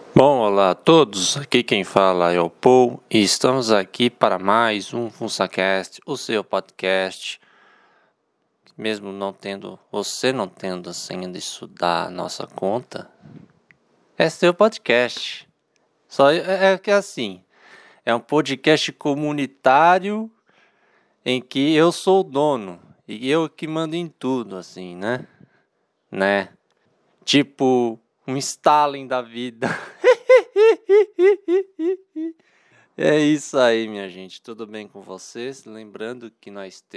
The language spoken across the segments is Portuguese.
Bom, olá a todos, aqui quem fala é o Paul e estamos aqui para mais um FunsaCast, o seu podcast. Mesmo você não tendo a senha de estudar a nossa conta, é seu podcast. Só é que assim, é um podcast comunitário em que eu sou o dono e eu que mando em tudo, assim, né? Tipo um Stalin da vida. É isso aí, minha gente. Tudo bem com vocês? Lembrando que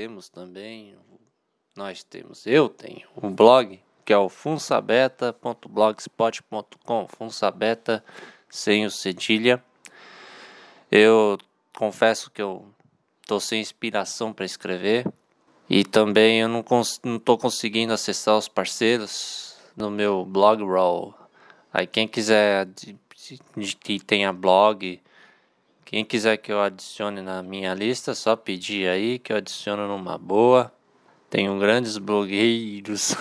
eu tenho um blog que é o funsabeta.blogspot.com, funsabeta sem o cedilha. Eu confesso que eu tô sem inspiração para escrever e também eu não tô conseguindo acessar os parceiros no meu blog roll. Aí quem quiser que tenha blog, quem quiser que eu adicione na minha lista, só pedir aí que eu adiciono numa boa. Tenho grandes blogueiros,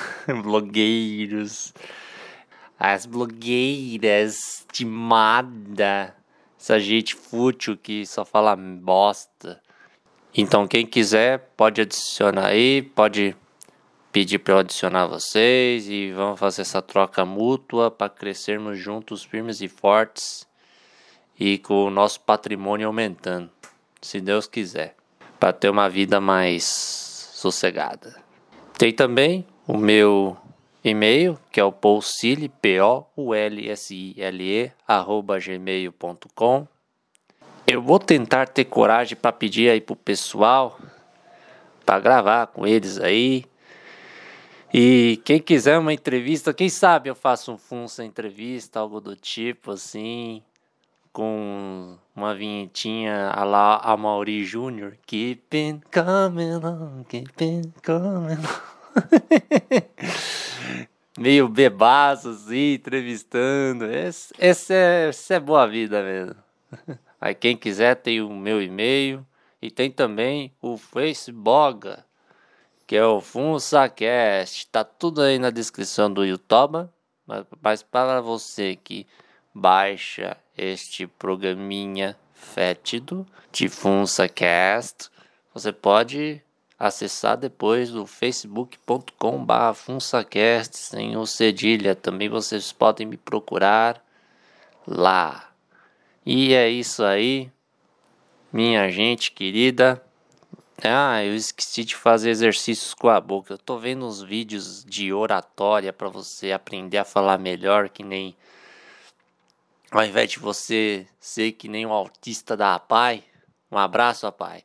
as blogueiras de moda, essa gente fútil que só fala bosta. Então quem quiser pode adicionar aí, pode pedir para eu adicionar vocês e vamos fazer essa troca mútua para crescermos juntos, firmes e fortes. E com o nosso patrimônio aumentando, se Deus quiser, para ter uma vida mais sossegada. Tem também o meu e-mail, que é o poulsile, POULSILE, @gmail.com. Eu vou tentar ter coragem para pedir aí pro pessoal, para gravar com eles aí. E quem quiser uma entrevista, quem sabe eu faço um Funsa entrevista, algo do tipo assim, com uma vinhetinha a lá Amaury Júnior. Keep it coming on, keep it coming on. Meio bebaço assim, entrevistando. Essa é boa vida mesmo. Aí quem quiser tem o meu e-mail e tem também o Facebook, que é o FunsaCast. Tá tudo aí na descrição do YouTube, mas para você que baixa este programinha fétido de FunsaCast, você pode acessar depois do facebook.com/FunsaCast sem o cedilha. Também vocês podem me procurar lá. E é isso aí, minha gente querida. Eu esqueci de fazer exercícios com a boca. Eu tô vendo uns vídeos de oratória para você aprender a falar melhor, que nem... Ao invés de você ser que nem um autista da APAE, um abraço, APAE.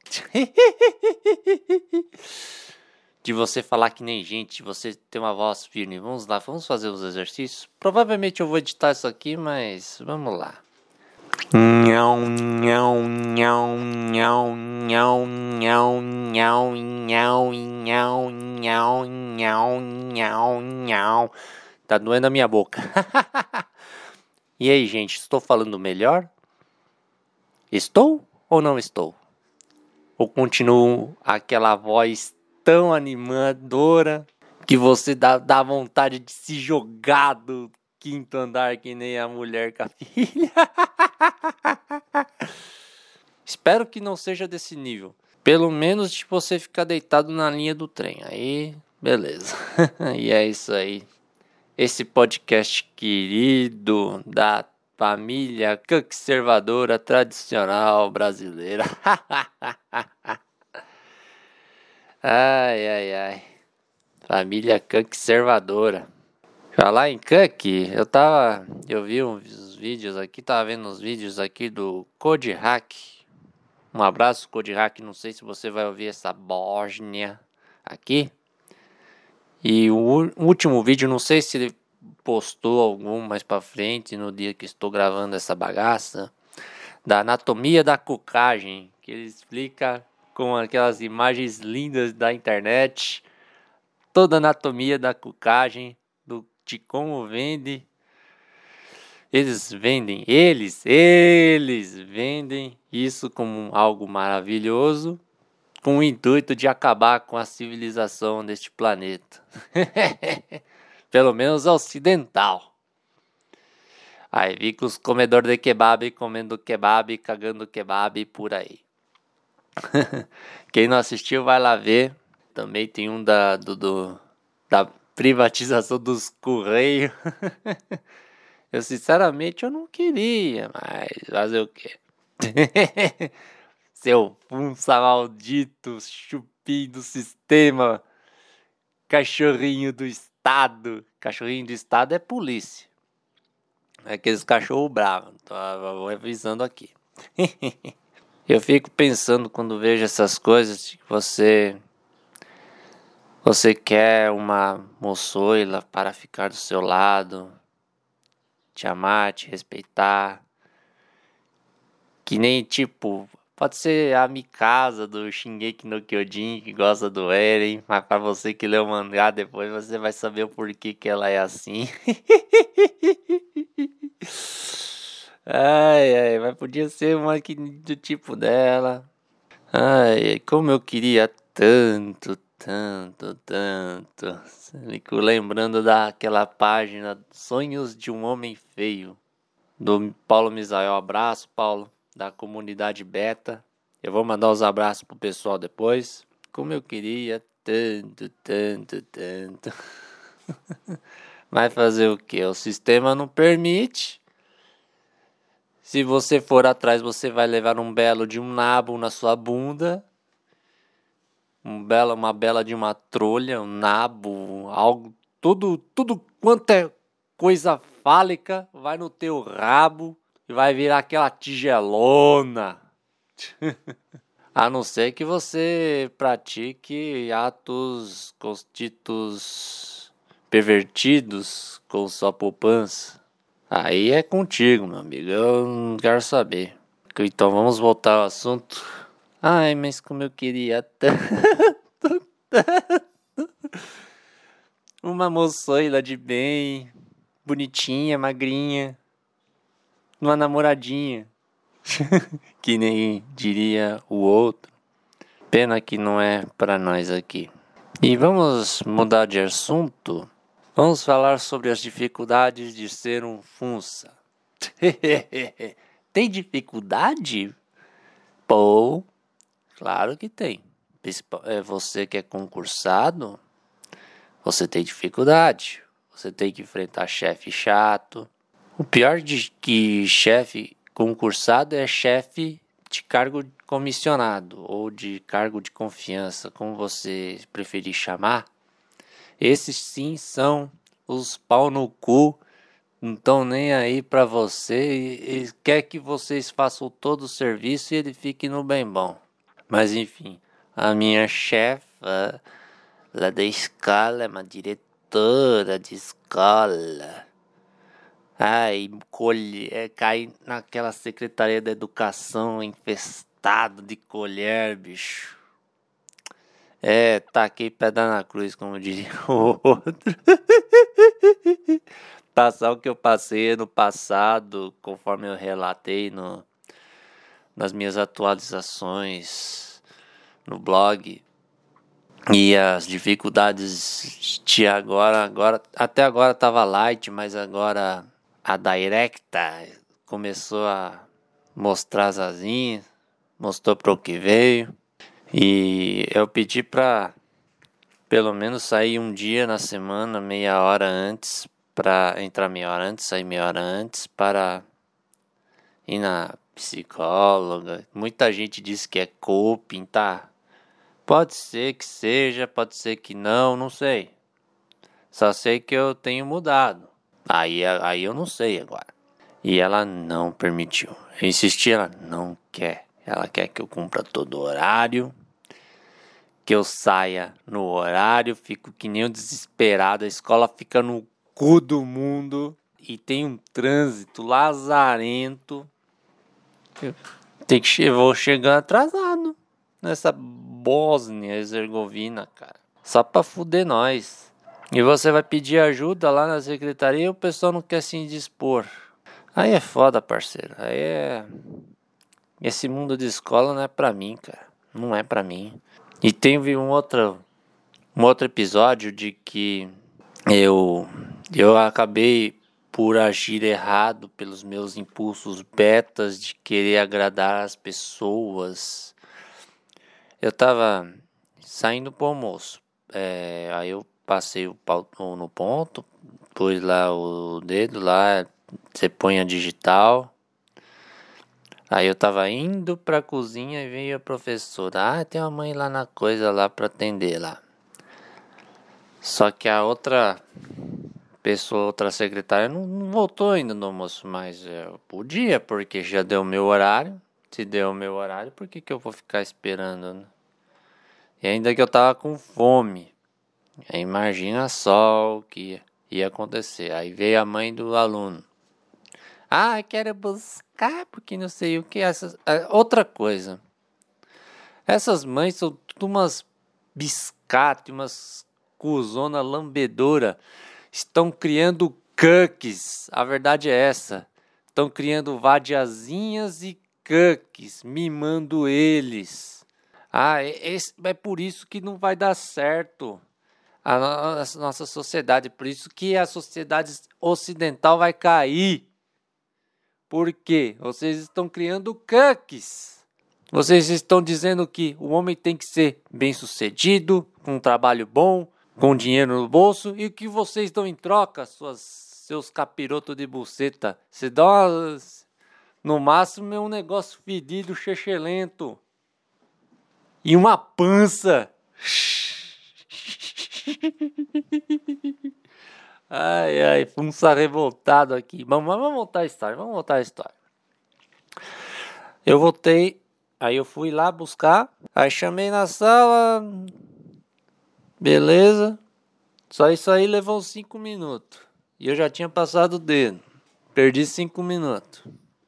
De você falar que nem gente, de você ter uma voz firme. Vamos lá, vamos fazer os exercícios. Provavelmente eu vou editar isso aqui, mas vamos lá. Tá doendo a minha boca. E aí, gente, estou falando melhor? Estou ou não estou? Ou continuo aquela voz tão animadora que você dá vontade de se jogar do quinto andar que nem a mulher com a filha? Espero que não seja desse nível. Pelo menos de você ficar deitado na linha do trem. Aí, beleza. E é isso aí. Esse podcast querido da família conservadora tradicional brasileira. Ai. Família conservadora. Falar em Cuck, eu vi uns vídeos aqui, tava vendo uns vídeos aqui do Code Hack. Um abraço, Code Hack, não sei se você vai ouvir essa bósnia aqui. E o último vídeo, não sei se ele postou algum mais pra frente, no dia que estou gravando essa bagaça, da anatomia da cucagem, que ele explica com aquelas imagens lindas da internet, toda a anatomia da cucagem, de como vende. Eles vendem isso como algo maravilhoso, com o intuito de acabar com a civilização deste planeta. Pelo menos ocidental. Aí fica os comedores de kebab comendo kebab, cagando kebab por aí. Quem não assistiu vai lá ver. Também tem um da privatização dos Correios. Eu sinceramente eu não queria, mas fazer o quê? Seu funça maldito, chupim do sistema, cachorrinho do Estado. Cachorrinho do Estado é polícia. É aqueles cachorros bravos. Vou avisando aqui. Eu fico pensando quando vejo essas coisas que você quer uma moçoila para ficar do seu lado, te amar, te respeitar. Que nem tipo, pode ser a Mikasa do Shingeki no Kyojin que gosta do Eren, mas pra você que lê o mangá depois você vai saber o porquê que ela é assim. Ai, mas podia ser uma que, do tipo dela. Ai, como eu queria tanto. Fico lembrando daquela página Sonhos de um Homem Feio, do Paulo Misael. Abraço, Paulo, da comunidade beta. Eu vou mandar os abraços pro pessoal depois. Como eu queria tanto. Mas fazer o que? O sistema não permite. Se você for atrás, você vai levar um belo de um nabo na sua bunda. Uma bela de uma trolha, um nabo, algo, tudo quanto é coisa fálica, vai no teu rabo e vai virar aquela tigelona. A não ser que você pratique atos constitos pervertidos com sua poupança. Aí é contigo, meu amigo, eu não quero saber. Então vamos voltar ao assunto. Ai, mas como eu queria tanto. Uma moçoila de bem, bonitinha, magrinha, uma namoradinha. Que nem diria o outro. Pena que não é pra nós aqui. E vamos mudar de assunto. Vamos falar sobre as dificuldades de ser um funça. Tem dificuldade? Pô, claro que tem. Você que é concursado, você tem dificuldade. Você tem que enfrentar chefe chato. O pior de que chefe concursado é chefe de cargo comissionado ou de cargo de confiança, como você preferir chamar. Esses sim são os pau no cu, não estão nem aí pra você. Ele quer que vocês façam todo o serviço e ele fique no bem bom. Mas enfim, a minha chefa lá da escola é uma diretora de escola. Ai, cai naquela secretaria da educação infestado de colher, bicho. Taquei pedra na cruz, como diria o outro. Passar o que eu passei no passado, conforme eu relatei nas minhas atualizações no blog. E as dificuldades de agora até agora tava light, mas agora a Directa começou a mostrar as asinhas, mostrou para o que veio. E eu pedi pra pelo menos sair um dia na semana, meia hora antes, para entrar meia hora antes, sair meia hora antes, para ir na psicóloga. Muita gente diz que é coping, tá? Pode ser que seja, pode ser que não sei. Só sei que eu tenho mudado. Aí eu não sei agora. E ela não permitiu. Eu insisti, ela não quer. Ela quer que eu cumpra todo o horário, que eu saia no horário, fico que nem um desesperado. A escola fica no cu do mundo e tem um trânsito lazarento. Vou chegando atrasado nessa Bósnia-Herzegovina, cara. Só pra fuder nós. E você vai pedir ajuda lá na secretaria e o pessoal não quer se indispor. Aí é foda, parceiro. Esse mundo de escola não é pra mim, cara. Não é pra mim. E teve um outro episódio de que eu acabei por agir errado, pelos meus impulsos betas de querer agradar as pessoas. Eu tava saindo pro almoço, aí eu passei o pau no ponto, pus lá o dedo lá, você põe a digital. Aí eu tava indo pra cozinha e veio a professora. Tem uma mãe lá na coisa lá pra atender lá. Só que a outra pessoa, outra secretária, não voltou ainda no almoço, mas eu podia, porque já deu o meu horário. Se deu o meu horário, por que eu vou ficar esperando, né? E ainda que eu tava com fome. Aí imagina só o que ia acontecer. Aí veio a mãe do aluno. Quero buscar, porque não sei o que. Outra coisa. Essas mães são tudo umas biscates, umas cuzona lambedora. Estão criando cuques. A verdade é essa. Estão criando vadiazinhas e cuques, mimando eles. É por isso que não vai dar certo a nossa sociedade. Por isso que a sociedade ocidental vai cair. Por quê? Vocês estão criando cuques. Vocês estão dizendo que o homem tem que ser bem-sucedido, com um trabalho bom, com dinheiro no bolso, e o que vocês dão em troca, seus capirotos de buceta? Você dá no máximo um negócio fedido, chechelento. E uma pança. Funça revoltado aqui. Vamos voltar a história. Eu voltei, aí eu fui lá buscar, aí chamei na sala, beleza, só isso aí levou 5 minutos, e eu já tinha passado o dedo, perdi 5 minutos.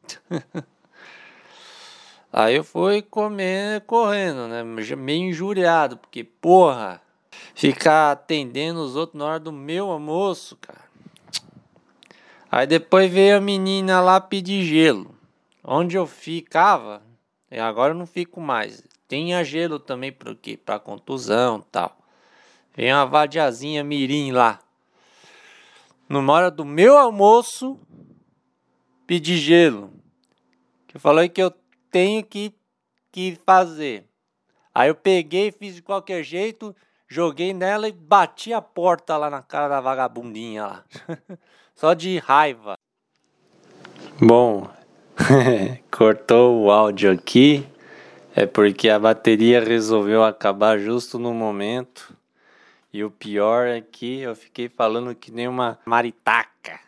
Aí eu fui correndo, né, meio injuriado, porque porra, ficar atendendo os outros na hora do meu almoço, cara. Aí depois veio a menina lá pedir gelo. Onde eu ficava, e agora eu não fico mais. Tinha gelo também para contusão e tal. Vem uma vadiazinha mirim lá. Numa hora do meu almoço, pedir gelo. Que eu falei que eu tenho que fazer. Aí eu peguei, fiz de qualquer jeito, joguei nela e bati a porta lá na cara da vagabundinha lá. Só de raiva. Bom, cortou o áudio aqui, é porque a bateria resolveu acabar justo no momento. E o pior é que eu fiquei falando que nem uma maritaca.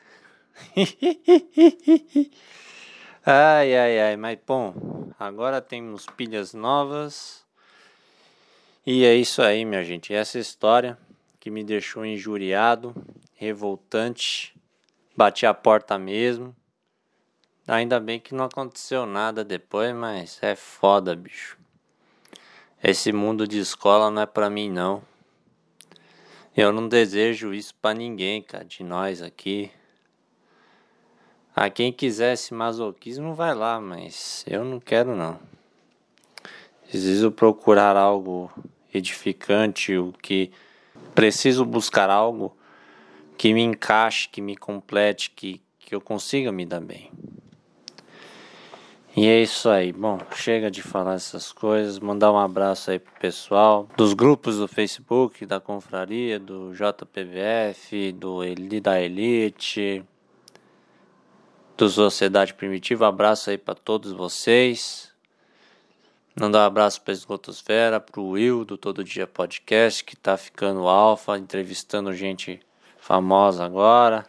Mas bom, agora temos pilhas novas. E é isso aí, minha gente. Essa história que me deixou injuriado, revoltante. Bati a porta mesmo. Ainda bem que não aconteceu nada depois, mas é foda, bicho. Esse mundo de escola não é pra mim, não. Eu não desejo isso pra ninguém, cara, de nós aqui. Quem quiser esse masoquismo vai lá, mas eu não quero, não. Preciso procurar algo edificante, preciso buscar algo que me encaixe, que me complete, que eu consiga me dar bem. E é isso aí. Bom, chega de falar essas coisas. Mandar um abraço aí pro pessoal dos grupos do Facebook, da Confraria, do JPVF, da Elite, do Sociedade Primitiva. Abraço aí para todos vocês. Mandar um abraço pra Esgotosfera, pro Will do Todo Dia Podcast, que tá ficando alfa, entrevistando gente famosa agora.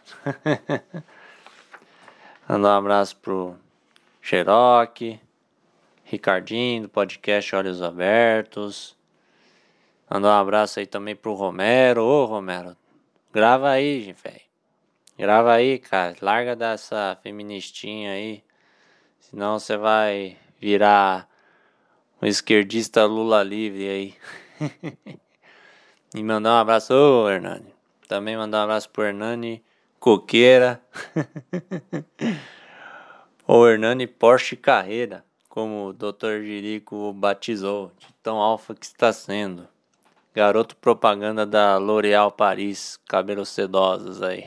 Mandar um abraço pro Xeroque, Ricardinho do podcast Olhos Abertos. Mandar um abraço aí também pro Romero. Ô Romero, grava aí, gente, velho. Grava aí, cara. Larga dessa feministinha aí. Senão você vai virar um esquerdista Lula livre aí. E mandar um abraço, ô Hernani. Também mandar um abraço pro Hernani Coqueira. Ou Hernani Porsche Carreira, como o Dr. Jerico batizou, de tão alfa que está sendo. Garoto propaganda da L'Oréal Paris, cabelos sedosos aí.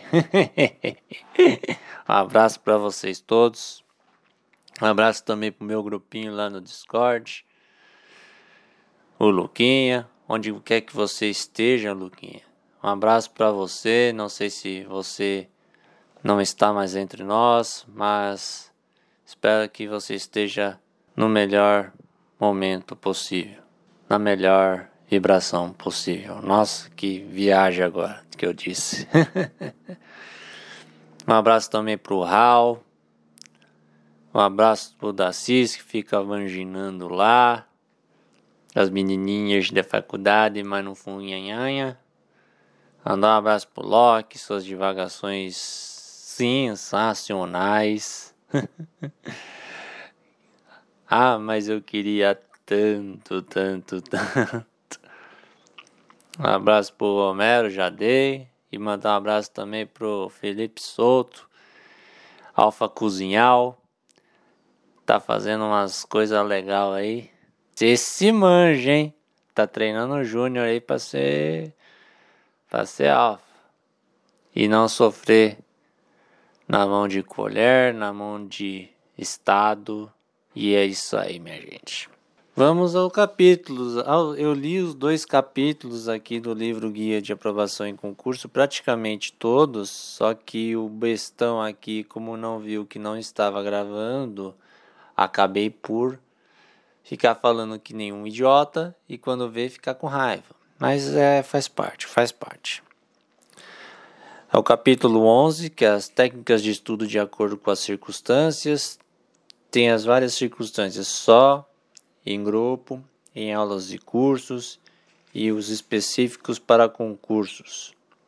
Um abraço para vocês todos. Um abraço também pro meu grupinho lá no Discord. O Luquinha, onde quer que você esteja, Luquinha. Um abraço para você. Não sei se você não está mais entre nós, mas espero que você esteja no melhor momento possível, na melhor vibração possível. Nossa, que viagem agora que eu disse. Um abraço também pro Raul. Um abraço pro Dacis, que fica vanginando lá. As menininhas da faculdade, mas não foi nhanhanha. Mandar um abraço pro Loki, suas divagações sensacionais. Mas eu queria tanto. Um abraço pro Homero, já dei. E mandar um abraço também pro Felipe Souto, Alfa Cozinhal. Tá fazendo umas coisas legais aí. Você se manja, hein? Tá treinando o Júnior aí pra ser alfa. E não sofrer na mão de colher, na mão de Estado. E é isso aí, minha gente. Vamos ao capítulo. Eu li os 2 capítulos aqui do livro Guia de Aprovação em Concurso, praticamente todos, só que o bestão aqui, como não viu que não estava gravando, acabei por ficar falando que nem um idiota e quando vê ficar com raiva. Mas faz parte. É o capítulo 11, que é as técnicas de estudo de acordo com as circunstâncias. Tem as várias circunstâncias só, em grupo, em aulas e cursos e os específicos para concursos.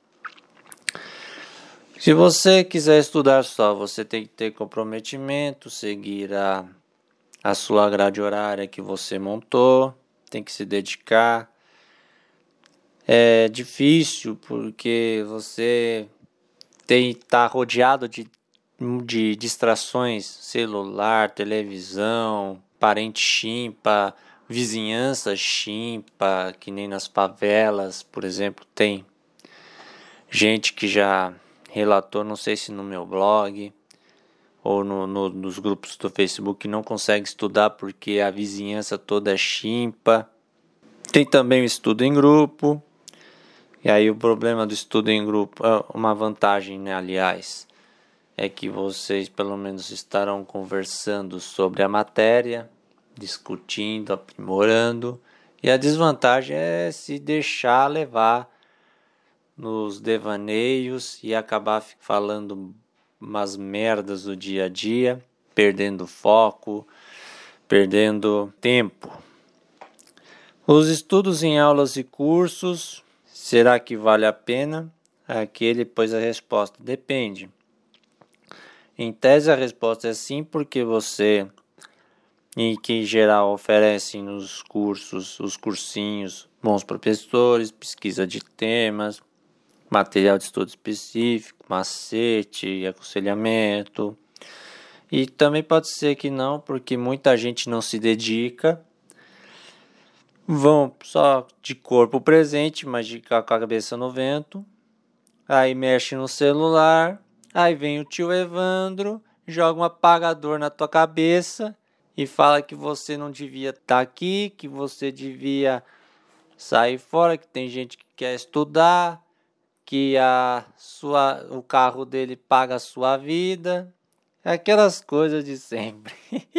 Se você quiser estudar só, você tem que ter comprometimento, seguir a sua grade horária que você montou, tem que se dedicar. É difícil porque você tá rodeado de distrações, celular, televisão, parente chimpa, vizinhança chimpa, que nem nas favelas, por exemplo, tem gente que já relatou, não sei se no meu blog ou nos grupos do Facebook, que não consegue estudar porque a vizinhança toda é chimpa. Tem também o estudo em grupo, e aí o problema do estudo em grupo, uma vantagem, né, aliás, é que vocês pelo menos estarão conversando sobre a matéria, discutindo, aprimorando. E a desvantagem é se deixar levar nos devaneios e acabar falando umas merdas do dia a dia, perdendo foco, perdendo tempo. Os estudos em aulas e cursos, será que vale a pena? Pois a resposta depende. Em tese, a resposta é sim, porque você, e que em geral oferecem nos cursos, os cursinhos, bons professores, pesquisa de temas, material de estudo específico, macete, aconselhamento. E também pode ser que não, porque muita gente não se dedica, vão só de corpo presente, mas com a cabeça no vento, aí mexe no celular. Aí vem o tio Evandro, joga um apagador na tua cabeça e fala que você não devia estar aqui, que você devia sair fora, que tem gente que quer estudar, que o carro dele paga a sua vida. Aquelas coisas de sempre.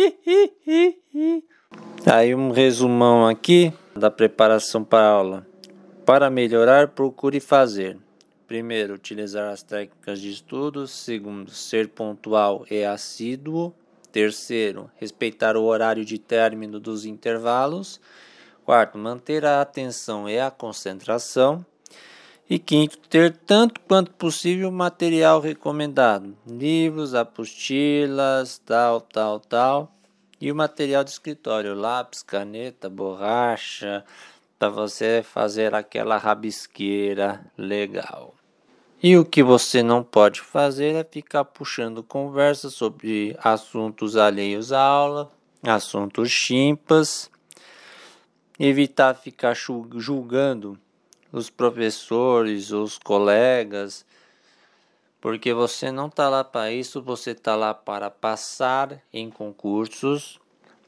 Aí um resumão aqui da preparação para a aula. Para melhorar, procure fazer. Primeiro, utilizar as técnicas de estudo. Segundo, ser pontual e assíduo. Terceiro, respeitar o horário de término dos intervalos. Quarto, manter a atenção e a concentração. E quinto, ter tanto quanto possível material recomendado. Livros, apostilas, tal. E o material de escritório, lápis, caneta, borracha, para você fazer aquela rabisqueira legal. E o que você não pode fazer é ficar puxando conversa sobre assuntos alheios à aula, assuntos chimpas, evitar ficar julgando os professores, os colegas, porque você não está lá para isso, você está lá para passar em concursos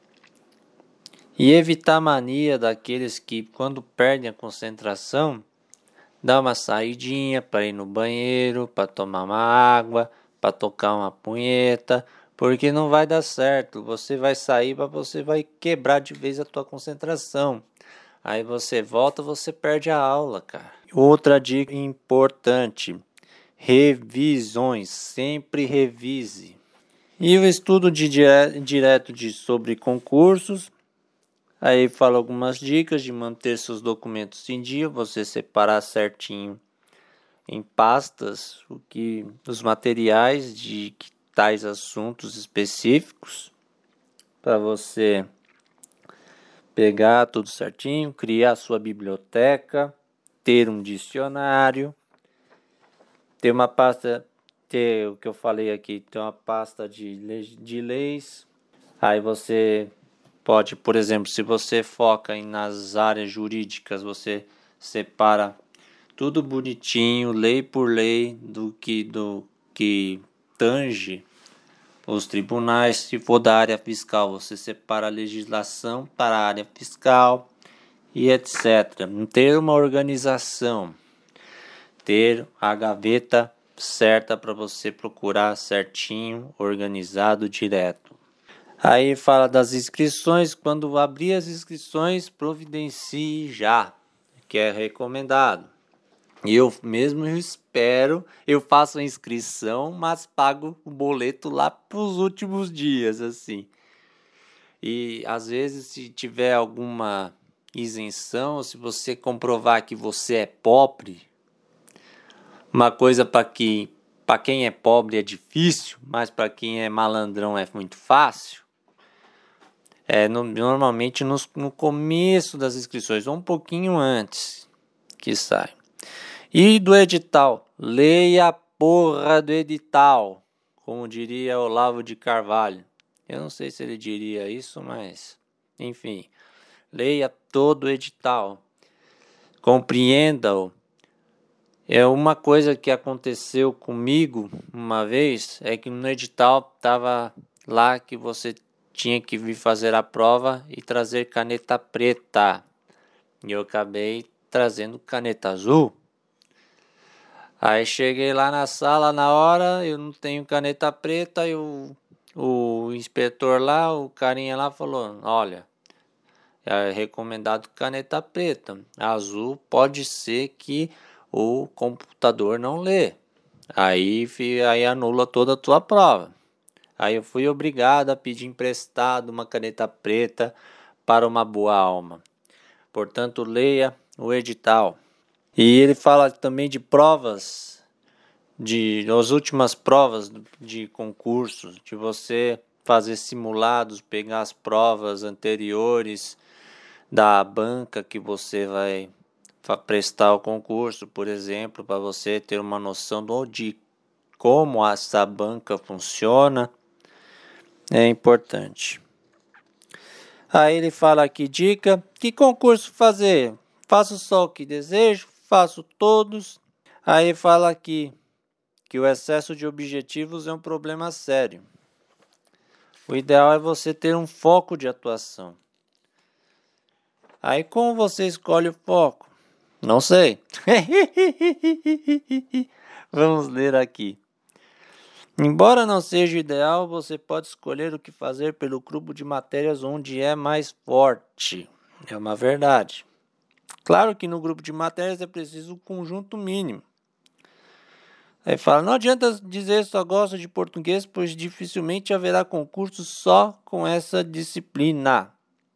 e evitar a mania daqueles que, quando perdem a concentração, dá uma saidinha para ir no banheiro, para tomar uma água, para tocar uma punheta, porque não vai dar certo. Você vai sair, mas você vai quebrar de vez a tua concentração. Aí você volta, você perde a aula, cara. Outra dica importante: revisões, sempre revise. E o estudo direto sobre concursos. Aí fala algumas dicas de manter seus documentos em dia, você separar certinho em pastas os materiais de tais assuntos específicos, para você pegar tudo certinho, criar sua biblioteca, ter um dicionário, ter uma pasta, ter o que eu falei aqui, ter uma pasta de leis. Aí você pode, por exemplo, se você foca nas áreas jurídicas, você separa tudo bonitinho, lei por lei, do que tange os tribunais. Se for da área fiscal, você separa a legislação para a área fiscal e etc. Ter uma organização, ter a gaveta certa para você procurar certinho, organizado, direto. Aí fala das inscrições. Quando abrir as inscrições, providencie já, que é recomendado. Eu mesmo espero, eu faço a inscrição, mas pago o boleto lá para os últimos dias, assim. E às vezes, se tiver alguma isenção, se você comprovar que você é pobre, uma coisa para quem é pobre é difícil, mas para quem é malandrão é muito fácil. Normalmente no começo das inscrições, ou um pouquinho antes que sai. E do edital, leia a porra do edital, como diria Olavo de Carvalho. Eu não sei se ele diria isso, mas enfim, leia todo o edital, compreenda-o. Uma coisa que aconteceu comigo uma vez é que no edital estava lá que você tinha que vir fazer a prova e trazer caneta preta. E eu acabei trazendo caneta azul. Aí cheguei lá na sala na hora, eu não tenho caneta preta e o inspetor lá, o carinha lá falou: olha, é recomendado caneta preta. Azul pode ser que o computador não lê. Aí anula toda a tua prova. Aí eu fui obrigado a pedir emprestado uma caneta preta para uma boa alma. Portanto, leia o edital. E ele fala também de provas, as últimas provas de concursos, de você fazer simulados, pegar as provas anteriores da banca que você vai prestar o concurso, por exemplo, para você ter uma noção de como essa banca funciona. É importante. Aí ele fala aqui, dica, que concurso fazer? Faço só o que desejo, faço todos. Aí fala aqui que o excesso de objetivos é um problema sério. O ideal é você ter um foco de atuação. Aí como você escolhe o foco? Não sei. Vamos ler aqui. Embora não seja ideal, você pode escolher o que fazer pelo grupo de matérias onde é mais forte. É uma verdade. Claro que no grupo de matérias é preciso um conjunto mínimo. Aí fala, não adianta dizer só gosto de português, pois dificilmente haverá concurso só com essa disciplina.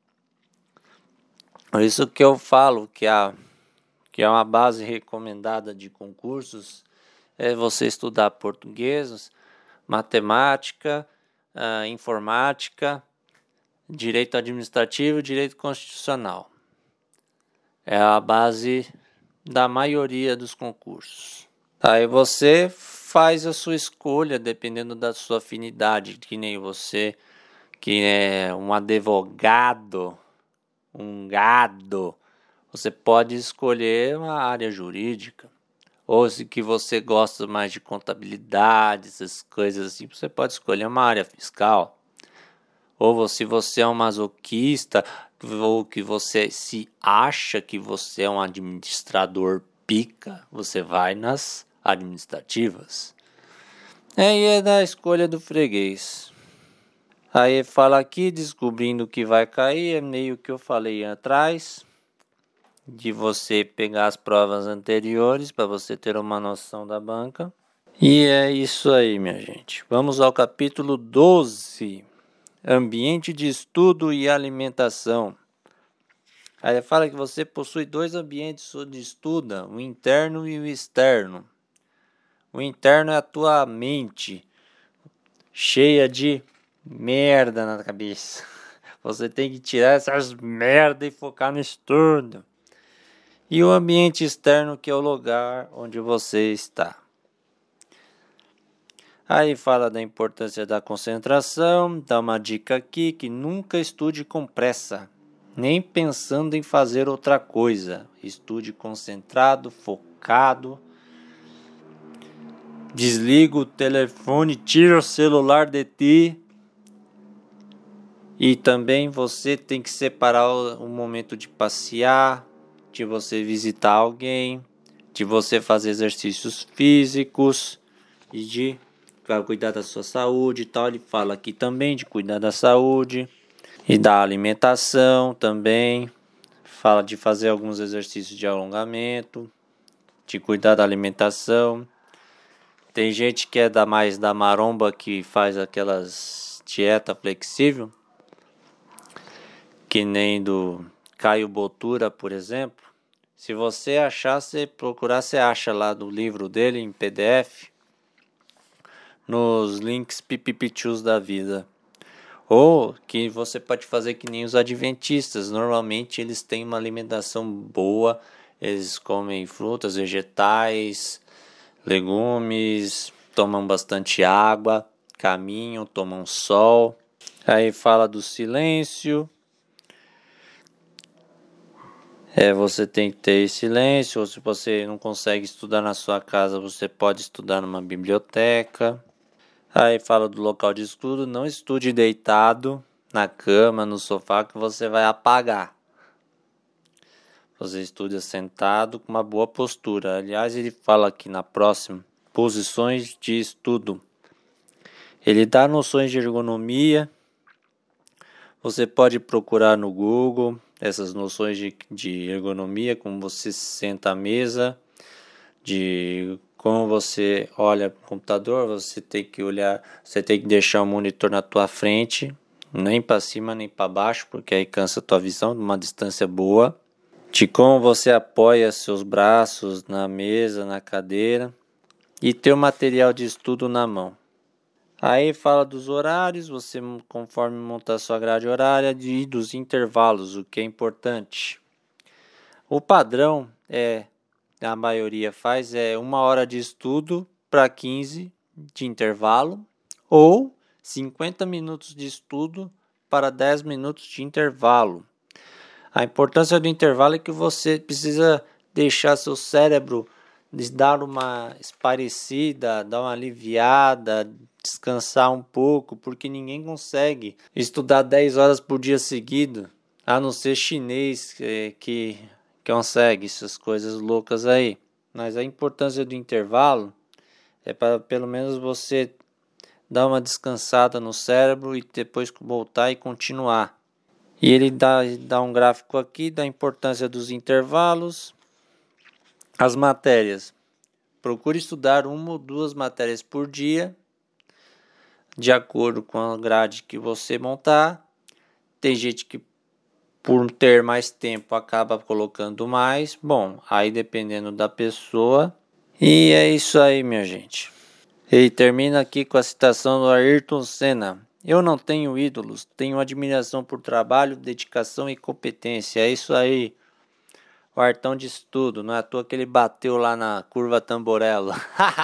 Por isso que eu falo que é uma base recomendada de concursos, é você estudar português, matemática, informática, direito administrativo e direito constitucional. É a base da maioria dos concursos. Aí você faz a sua escolha dependendo da sua afinidade, que nem você, que é um advogado, um gado, Você pode escolher uma área jurídica. Ou se que você gosta mais de contabilidade, essas coisas assim, você pode escolher uma área fiscal. Ou se você é um masoquista, ou que você se acha que você é um administrador pica, você vai nas administrativas. Aí é da escolha do freguês. Aí fala aqui, descobrindo o que vai cair, é meio que eu falei atrás, de você pegar as provas anteriores para você ter uma noção da banca. E é isso aí, minha gente. Vamos ao capítulo 12. Ambiente de estudo e alimentação. Aí fala que você possui 2 ambientes onde estuda, o interno e o externo. O interno é a tua mente, cheia de merda na cabeça. Você tem que tirar essas merda e focar no estudo. E o ambiente externo, que é o lugar onde você está. Aí fala da importância da concentração, dá uma dica aqui, que nunca estude com pressa, nem pensando em fazer outra coisa. Estude concentrado, focado. Desliga o telefone, tira o celular de ti. E também você tem que separar o momento de passear, de você visitar alguém, de você fazer exercícios físicos e de cuidar da sua saúde e tal. Ele fala aqui também de cuidar da saúde e da alimentação também. Fala de fazer alguns exercícios de alongamento, de cuidar da alimentação. Tem gente que é mais da maromba, que faz aquelas dieta flexível, que nem do Caio Botura, por exemplo. Se você achar, você procurar, você acha lá do livro dele em PDF, nos links pipipichus da vida. Ou que você pode fazer que nem os adventistas. Normalmente eles têm uma alimentação boa, eles comem frutas, vegetais, legumes, tomam bastante água, caminham, tomam sol. Aí fala do silêncio. Você tem que ter silêncio, ou se você não consegue estudar na sua casa, você pode estudar numa biblioteca. Aí fala do local de estudo, não estude deitado na cama, no sofá, que você vai apagar. Você estuda sentado com uma boa postura. Aliás, ele fala aqui na próxima, posições de estudo. Ele dá noções de ergonomia. Você pode procurar no Google essas noções de ergonomia, como você se senta à mesa, de como você olha para o computador. Você tem que olhar, você tem que deixar o monitor na tua frente, nem para cima nem para baixo, porque aí cansa a tua visão, de uma distância boa. De como você apoia seus braços na mesa, na cadeira, e ter o material de estudo na mão. Aí fala dos horários, você conforme montar sua grade horária, e dos intervalos, o que é importante. O padrão a maioria faz 1 hora de estudo para 15 de intervalo, ou 50 minutos de estudo para 10 minutos de intervalo. A importância do intervalo é que você precisa deixar seu cérebro dar uma esparecida, dar uma aliviada, descansar um pouco, porque ninguém consegue estudar 10 horas por dia seguido, a não ser chinês que consegue essas coisas loucas aí. Mas a importância do intervalo é para pelo menos você dar uma descansada no cérebro e depois voltar e continuar. E ele dá um gráfico aqui da importância dos intervalos. As matérias. Procure estudar 1 ou 2 matérias por dia, de acordo com a grade que você montar. Tem gente que, por ter mais tempo, acaba colocando mais. Bom, aí dependendo da pessoa. E é isso aí, minha gente. E termina aqui com a citação do Ayrton Senna. Eu não tenho ídolos, tenho admiração por trabalho, dedicação e competência. É isso aí. O Artão disse tudo, não é à toa que ele bateu lá na curva Tamborella.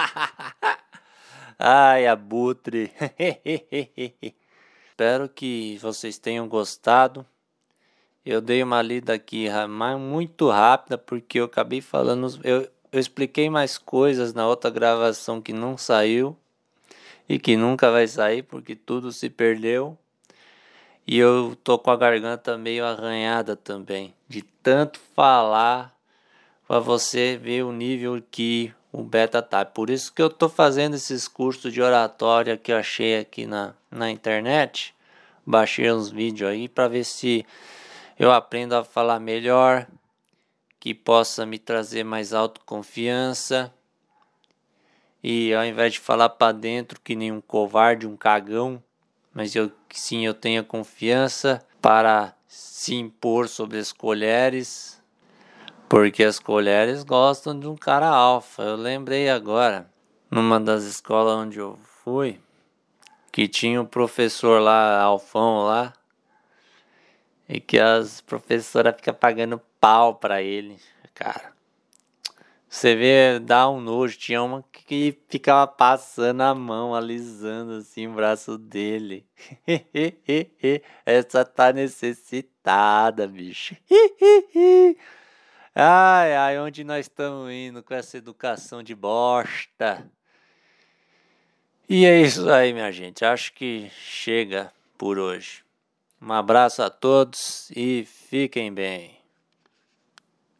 Ai, abutre. Espero que vocês tenham gostado. Eu dei uma lida aqui, mas muito rápida, porque eu acabei falando. Eu expliquei mais coisas na outra gravação que não saiu e que nunca vai sair, porque tudo se perdeu. E eu tô com a garganta meio arranhada também, de tanto falar, para você ver o nível que o beta tá. Por isso que eu tô fazendo esses cursos de oratória que eu achei aqui na internet. Baixei uns vídeos aí para ver se eu aprendo a falar melhor, que possa me trazer mais autoconfiança. E ao invés de falar para dentro que nem um covarde, um cagão, mas eu tenho confiança para se impor sobre as colheres, porque as colheres gostam de um cara alfa. Eu lembrei agora, numa das escolas onde eu fui, que tinha um professor lá, alfão lá, e que as professoras ficam pagando pau pra ele, cara. Você vê, dá um nojo. Tinha uma que ficava passando a mão, alisando assim o braço dele. Essa tá necessitada, bicho. Ai, ai, onde nós estamos indo com essa educação de bosta? E é isso aí, minha gente. Acho que chega por hoje. Um abraço a todos e fiquem bem.